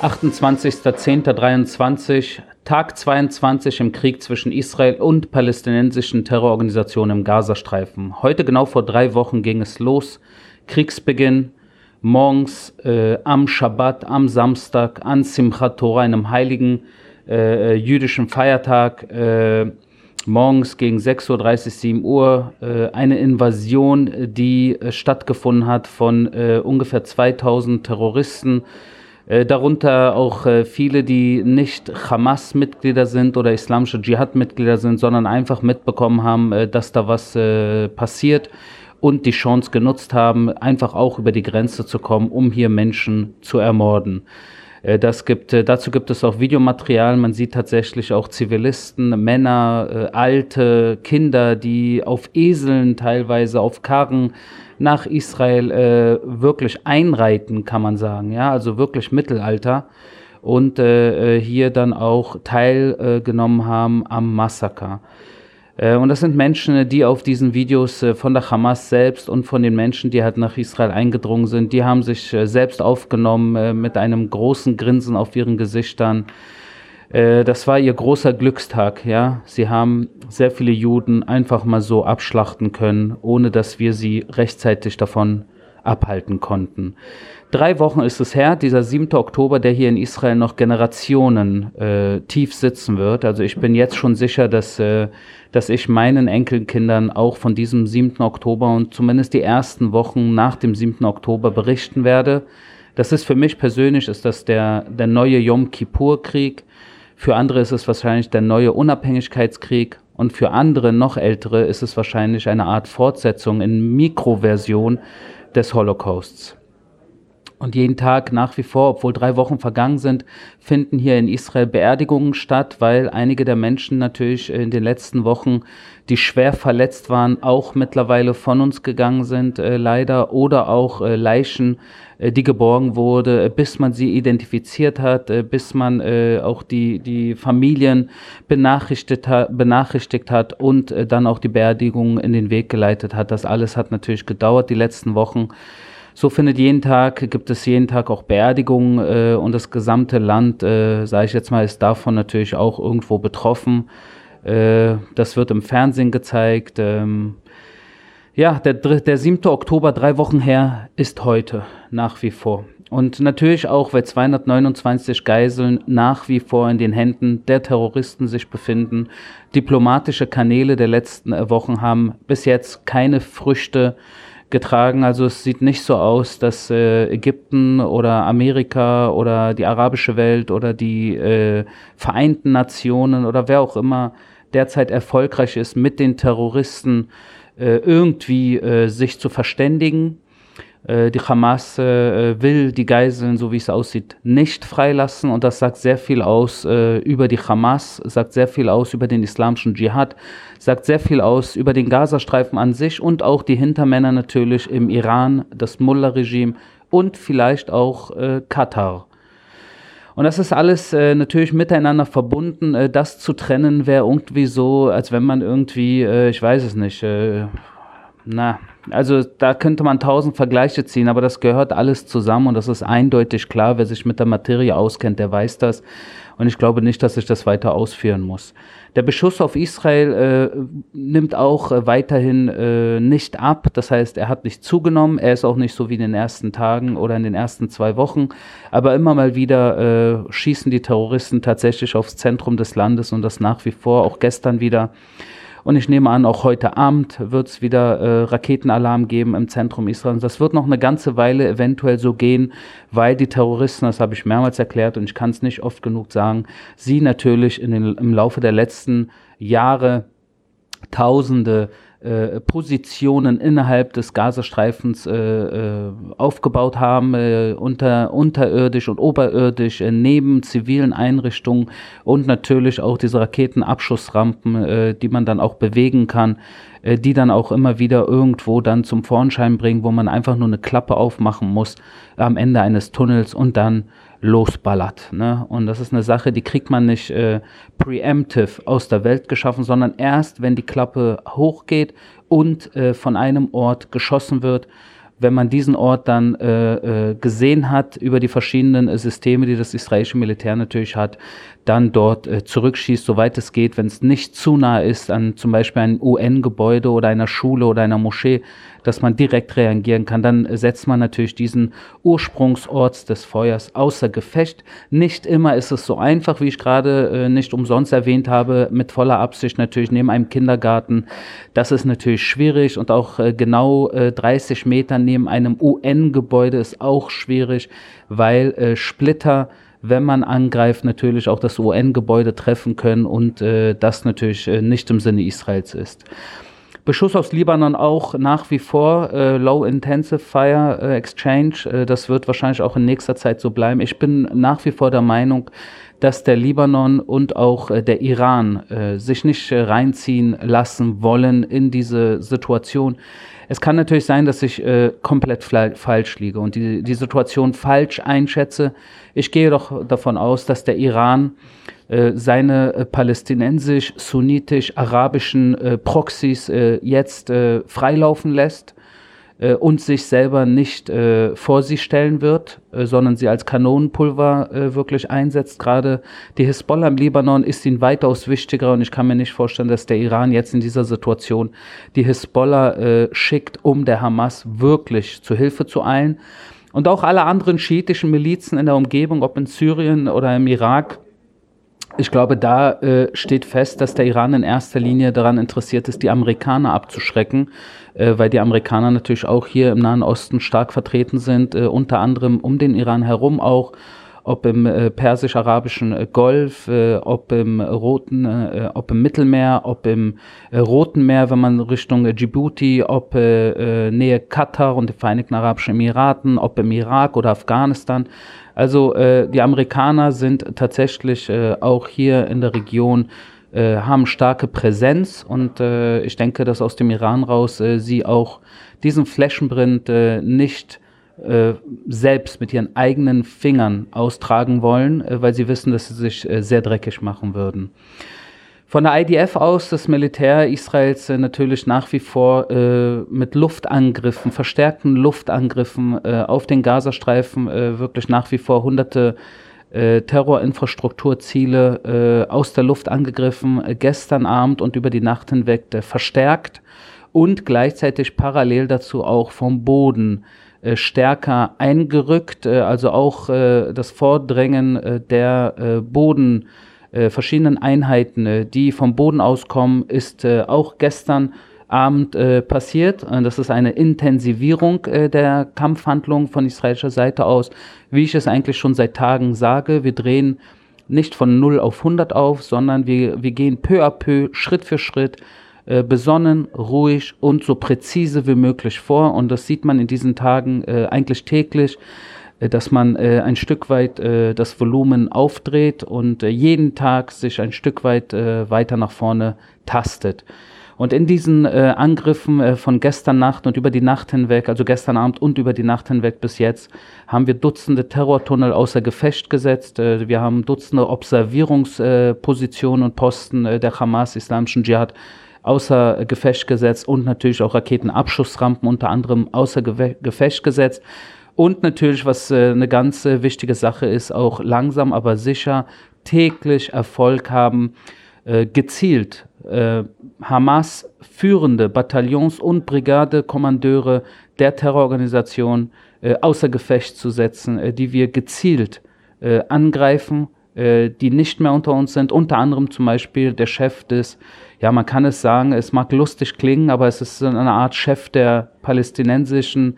28.10.23, Tag 22 im Krieg zwischen Israel und palästinensischen Terrororganisationen im Gazastreifen. Heute genau vor 3 Wochen ging es los. Kriegsbeginn morgens am Schabbat, am Samstag, an Simchat Torah, einem heiligen jüdischen Feiertag, morgens gegen 6:30 Uhr, 7 Uhr, eine Invasion, die stattgefunden hat von ungefähr 2000 Terroristen, darunter auch viele, die nicht Hamas-Mitglieder sind oder islamische Dschihad-Mitglieder sind, sondern einfach mitbekommen haben, dass da was passiert und die Chance genutzt haben, einfach auch über die Grenze zu kommen, um hier Menschen zu ermorden. Dazu gibt es auch Videomaterial. Man sieht tatsächlich auch Zivilisten, Männer, Alte, Kinder, die auf Eseln, teilweise auf Karren nach Israel wirklich einreiten, kann man sagen. Ja, also wirklich Mittelalter. Und hier dann auch teilgenommen haben am Massaker. Und das sind Menschen, die auf diesen Videos von der Hamas selbst und von den Menschen, die halt nach Israel eingedrungen sind, die haben sich selbst aufgenommen mit einem großen Grinsen auf ihren Gesichtern. Das war ihr großer Glückstag, ja. Sie haben sehr viele Juden einfach mal so abschlachten können, ohne dass wir sie rechtzeitig davon abhalten konnten. 3 Wochen ist es her, dieser 7. Oktober, der hier in Israel noch Generationen tief sitzen wird. Also ich bin jetzt schon sicher, dass ich meinen Enkelkindern auch von diesem 7. Oktober und zumindest die ersten Wochen nach dem 7. Oktober berichten werde. Das ist für mich persönlich, ist das der neue Yom Kippur-Krieg. Für andere ist es wahrscheinlich der neue Unabhängigkeitskrieg. Und für andere, noch ältere, ist es wahrscheinlich eine Art Fortsetzung in Mikroversion des Holocausts. Und jeden Tag nach wie vor, obwohl 3 Wochen vergangen sind, finden hier in Israel Beerdigungen statt, weil einige der Menschen natürlich in den letzten Wochen, die schwer verletzt waren, auch mittlerweile von uns gegangen sind, leider, oder auch Leichen, die geborgen wurde, bis man sie identifiziert hat, bis man auch die Familien benachrichtigt hat und dann auch die Beerdigung in den Weg geleitet hat. Das alles hat natürlich gedauert, die letzten Wochen. So gibt es jeden Tag auch Beerdigungen und das gesamte Land, sage ich jetzt mal, ist davon natürlich auch irgendwo betroffen. Das wird im Fernsehen gezeigt. Ja, der 7. Oktober, 3 Wochen her, ist heute nach wie vor. Und natürlich auch, weil 229 Geiseln nach wie vor in den Händen der Terroristen sich befinden. Diplomatische Kanäle der letzten Wochen haben bis jetzt keine Früchte getragen. Also es sieht nicht so aus, dass Ägypten oder Amerika oder die arabische Welt oder die Vereinten Nationen oder wer auch immer derzeit erfolgreich ist, mit den Terroristen irgendwie sich zu verständigen. Die Hamas will die Geiseln, so wie es aussieht, nicht freilassen und das sagt sehr viel aus über die Hamas, sagt sehr viel aus über den islamischen Dschihad, sagt sehr viel aus über den Gazastreifen an sich und auch die Hintermänner natürlich im Iran, das Mullah-Regime und vielleicht auch Katar. Und das ist alles natürlich miteinander verbunden. Das zu trennen wäre irgendwie so, als wenn man irgendwie, ich weiß es nicht, also da könnte man 1000 Vergleiche ziehen, aber das gehört alles zusammen und das ist eindeutig klar. Wer sich mit der Materie auskennt, der weiß das. Und ich glaube nicht, dass ich das weiter ausführen muss. Der Beschuss auf Israel nimmt auch weiterhin nicht ab. Das heißt, er hat nicht zugenommen. Er ist auch nicht so wie in den ersten Tagen oder in den ersten 2 Wochen. Aber immer mal wieder schießen die Terroristen tatsächlich aufs Zentrum des Landes und das nach wie vor, auch gestern wieder. Und ich nehme an, auch heute Abend wird es wieder Raketenalarm geben im Zentrum Israels. Das wird noch eine ganze Weile eventuell so gehen, weil die Terroristen, das habe ich mehrmals erklärt und ich kann es nicht oft genug sagen, sie natürlich im Laufe der letzten Jahre Tausende Positionen innerhalb des Gazastreifens aufgebaut haben, unterirdisch und oberirdisch, neben zivilen Einrichtungen und natürlich auch diese Raketenabschussrampen, die man dann auch bewegen kann, die dann auch immer wieder irgendwo dann zum Vorschein bringen, wo man einfach nur eine Klappe aufmachen muss am Ende eines Tunnels und dann losballert. Ne? Und das ist eine Sache, die kriegt man nicht preemptive aus der Welt geschaffen, sondern erst, wenn die Klappe hochgeht und von einem Ort geschossen wird, wenn man diesen Ort dann gesehen hat über die verschiedenen Systeme, die das israelische Militär natürlich hat, dann dort zurückschießt, soweit es geht, wenn es nicht zu nah ist an zum Beispiel ein UN-Gebäude oder einer Schule oder einer Moschee, dass man direkt reagieren kann. Dann setzt man natürlich diesen Ursprungsort des Feuers außer Gefecht. Nicht immer ist es so einfach, wie ich gerade nicht umsonst erwähnt habe, mit voller Absicht natürlich neben einem Kindergarten. Das ist natürlich schwierig und auch genau 30 Meter neben einem UN-Gebäude ist auch schwierig, weil Splitter, wenn man angreift, natürlich auch das UN-Gebäude treffen können und das natürlich nicht im Sinne Israels ist. Beschuss aus Libanon auch nach wie vor, Low Intensive Fire Exchange, das wird wahrscheinlich auch in nächster Zeit so bleiben. Ich bin nach wie vor der Meinung, dass der Libanon und auch der Iran sich nicht reinziehen lassen wollen in diese Situation. Es kann natürlich sein, dass ich komplett falsch liege und die Situation falsch einschätze. Ich gehe doch davon aus, dass der Iran seine palästinensisch-sunnitisch-arabischen Proxys jetzt freilaufen lässt und sich selber nicht vor sie stellen wird, sondern sie als Kanonenpulver wirklich einsetzt. Gerade die Hisbollah im Libanon ist ihnen weitaus wichtiger und ich kann mir nicht vorstellen, dass der Iran jetzt in dieser Situation die Hisbollah schickt, um der Hamas wirklich zu Hilfe zu eilen. Und auch alle anderen schiitischen Milizen in der Umgebung, ob in Syrien oder im Irak, ich glaube, da steht fest, dass der Iran in erster Linie daran interessiert ist, die Amerikaner abzuschrecken, weil die Amerikaner natürlich auch hier im Nahen Osten stark vertreten sind, unter anderem um den Iran herum auch, ob im persisch-arabischen Golf, ob im Mittelmeer, ob im Roten Meer, wenn man Richtung Djibouti, ob Nähe Katar und die Vereinigten Arabischen Emiraten, ob im Irak oder Afghanistan. Also die Amerikaner sind tatsächlich auch hier in der Region, haben starke Präsenz und ich denke, dass aus dem Iran raus sie auch diesen Flächenbrand nicht selbst mit ihren eigenen Fingern austragen wollen, weil sie wissen, dass sie sich sehr dreckig machen würden. Von der IDF aus, das Militär Israels natürlich nach wie vor mit Luftangriffen, verstärkten Luftangriffen auf den Gazastreifen, wirklich nach wie vor hunderte Terrorinfrastrukturziele aus der Luft angegriffen, gestern Abend und über die Nacht hinweg verstärkt und gleichzeitig parallel dazu auch vom Boden stärker eingerückt, also auch das Vordrängen der verschiedenen Einheiten, die vom Boden auskommen, ist auch gestern Abend passiert. Das ist eine Intensivierung der Kampfhandlungen von israelischer Seite aus, wie ich es eigentlich schon seit Tagen sage. Wir drehen nicht von 0 auf 100 auf, sondern wir gehen peu à peu, Schritt für Schritt, besonnen, ruhig und so präzise wie möglich vor. Und das sieht man in diesen Tagen eigentlich täglich, dass man ein Stück weit das Volumen aufdreht und jeden Tag sich ein Stück weit weiter nach vorne tastet. Und in diesen Angriffen von gestern Nacht und über die Nacht hinweg, also gestern Abend und über die Nacht hinweg bis jetzt, haben wir Dutzende Terrortunnel außer Gefecht gesetzt. Wir haben Dutzende Observierungspositionen und Posten der Hamas, Islamischen Dschihad, außer Gefecht gesetzt und natürlich auch Raketenabschussrampen unter anderem außer Gefecht gesetzt. Und natürlich, was eine ganz wichtige Sache ist, auch langsam aber sicher täglich Erfolg haben, gezielt Hamas führende Bataillons- und Brigadekommandeure der Terrororganisation außer Gefecht zu setzen, die wir gezielt angreifen, die nicht mehr unter uns sind, unter anderem zum Beispiel der Chef des, ja, man kann es sagen, es mag lustig klingen, aber es ist eine Art Chef der palästinensischen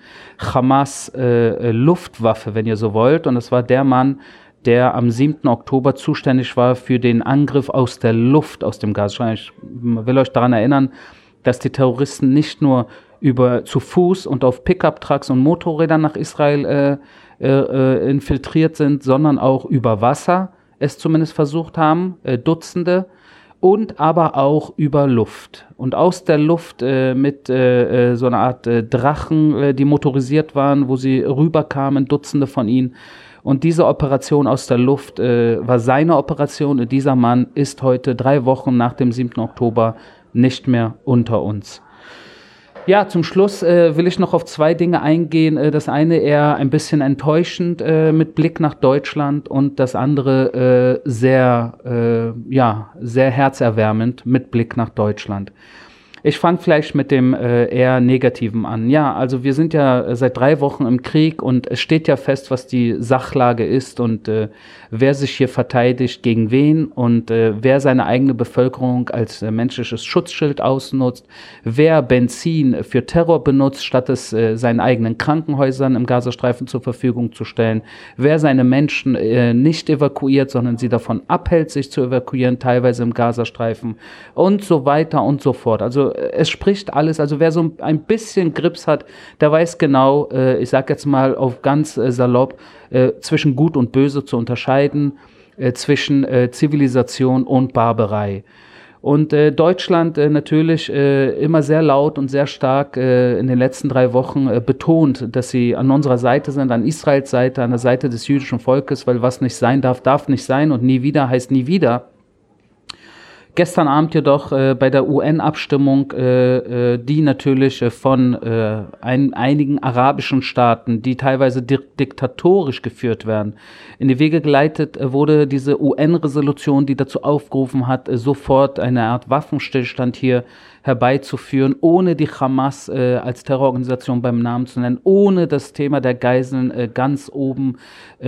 Hamas-Luftwaffe, wenn ihr so wollt. Und das war der Mann, der am 7. Oktober zuständig war für den Angriff aus der Luft, aus dem Gazastreifen. Ich will euch daran erinnern, dass die Terroristen nicht nur zu Fuß und auf Pickup-Trucks und Motorrädern nach Israel infiltriert sind, sondern auch über Wasser es zumindest versucht haben, Dutzende, und aber auch über Luft. Und aus der Luft mit so einer Art Drachen, die motorisiert waren, wo sie rüberkamen, Dutzende von ihnen. Und diese Operation aus der Luft war seine Operation. Und dieser Mann ist heute 3 Wochen nach dem 7. Oktober nicht mehr unter uns. Ja, zum Schluss will ich noch auf zwei Dinge eingehen. Das eine eher ein bisschen enttäuschend mit Blick nach Deutschland und das andere sehr herzerwärmend mit Blick nach Deutschland. Ich fange vielleicht mit dem eher Negativen an. Ja, also wir sind ja seit 3 Wochen im Krieg und es steht ja fest, was die Sachlage ist und wer sich hier verteidigt gegen wen und wer seine eigene Bevölkerung als menschliches Schutzschild ausnutzt, wer Benzin für Terror benutzt, statt es seinen eigenen Krankenhäusern im Gazastreifen zur Verfügung zu stellen, wer seine Menschen nicht evakuiert, sondern sie davon abhält, sich zu evakuieren, teilweise im Gazastreifen und so weiter und so fort. Also es spricht alles, also wer so ein bisschen Grips hat, der weiß genau, ich sage jetzt mal auf ganz salopp, zwischen Gut und Böse zu unterscheiden, zwischen Zivilisation und Barbarei. Und Deutschland natürlich immer sehr laut und sehr stark in den letzten 3 Wochen betont, dass sie an unserer Seite sind, an Israels Seite, an der Seite des jüdischen Volkes, weil was nicht sein darf, darf nicht sein und nie wieder heißt nie wieder. Gestern Abend jedoch bei der UN-Abstimmung, die natürlich von einigen arabischen Staaten, die teilweise diktatorisch geführt werden, in die Wege geleitet wurde diese UN-Resolution, die dazu aufgerufen hat, sofort eine Art Waffenstillstand hier herbeizuführen, ohne die Hamas als Terrororganisation beim Namen zu nennen, ohne das Thema der Geiseln ganz oben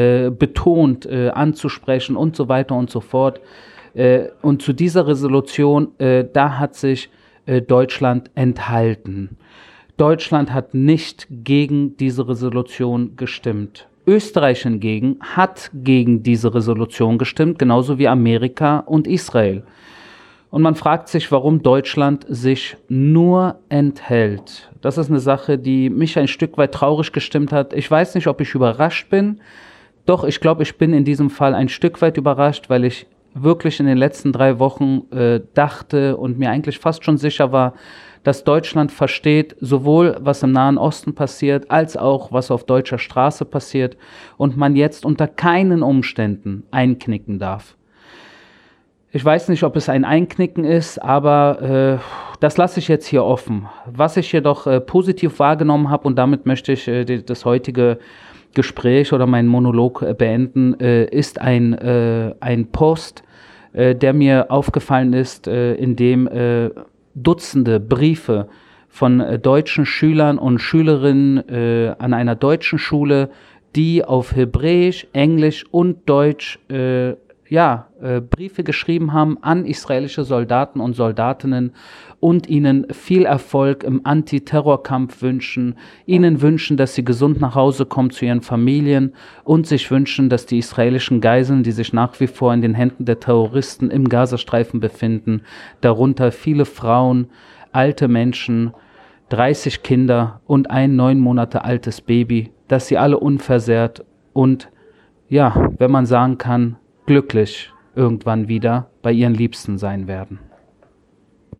betont anzusprechen und so weiter und so fort. Und zu dieser Resolution, da hat sich Deutschland enthalten. Deutschland hat nicht gegen diese Resolution gestimmt. Österreich hingegen hat gegen diese Resolution gestimmt, genauso wie Amerika und Israel. Und man fragt sich, warum Deutschland sich nur enthält. Das ist eine Sache, die mich ein Stück weit traurig gestimmt hat. Ich weiß nicht, ob ich überrascht bin. Doch, ich glaube, ich bin in diesem Fall ein Stück weit überrascht, weil ich wirklich in den letzten 3 Wochen dachte und mir eigentlich fast schon sicher war, dass Deutschland versteht, sowohl was im Nahen Osten passiert, als auch was auf deutscher Straße passiert und man jetzt unter keinen Umständen einknicken darf. Ich weiß nicht, ob es ein Einknicken ist, aber das lasse ich jetzt hier offen. Was ich jedoch positiv wahrgenommen habe, und damit möchte ich das heutige Gespräch oder meinen Monolog beenden, ist ein Post, der mir aufgefallen ist, in dem Dutzende Briefe von deutschen Schülern und Schülerinnen an einer deutschen Schule, die auf Hebräisch, Englisch und Deutsch Briefe geschrieben haben an israelische Soldaten und Soldatinnen und ihnen viel Erfolg im Antiterrorkampf wünschen, ihnen wünschen, dass sie gesund nach Hause kommen zu ihren Familien und sich wünschen, dass die israelischen Geiseln, die sich nach wie vor in den Händen der Terroristen im Gazastreifen befinden, darunter viele Frauen, alte Menschen, 30 Kinder und ein 9 Monate altes Baby, dass sie alle unversehrt und, ja, wenn man sagen kann, glücklich irgendwann wieder bei ihren Liebsten sein werden.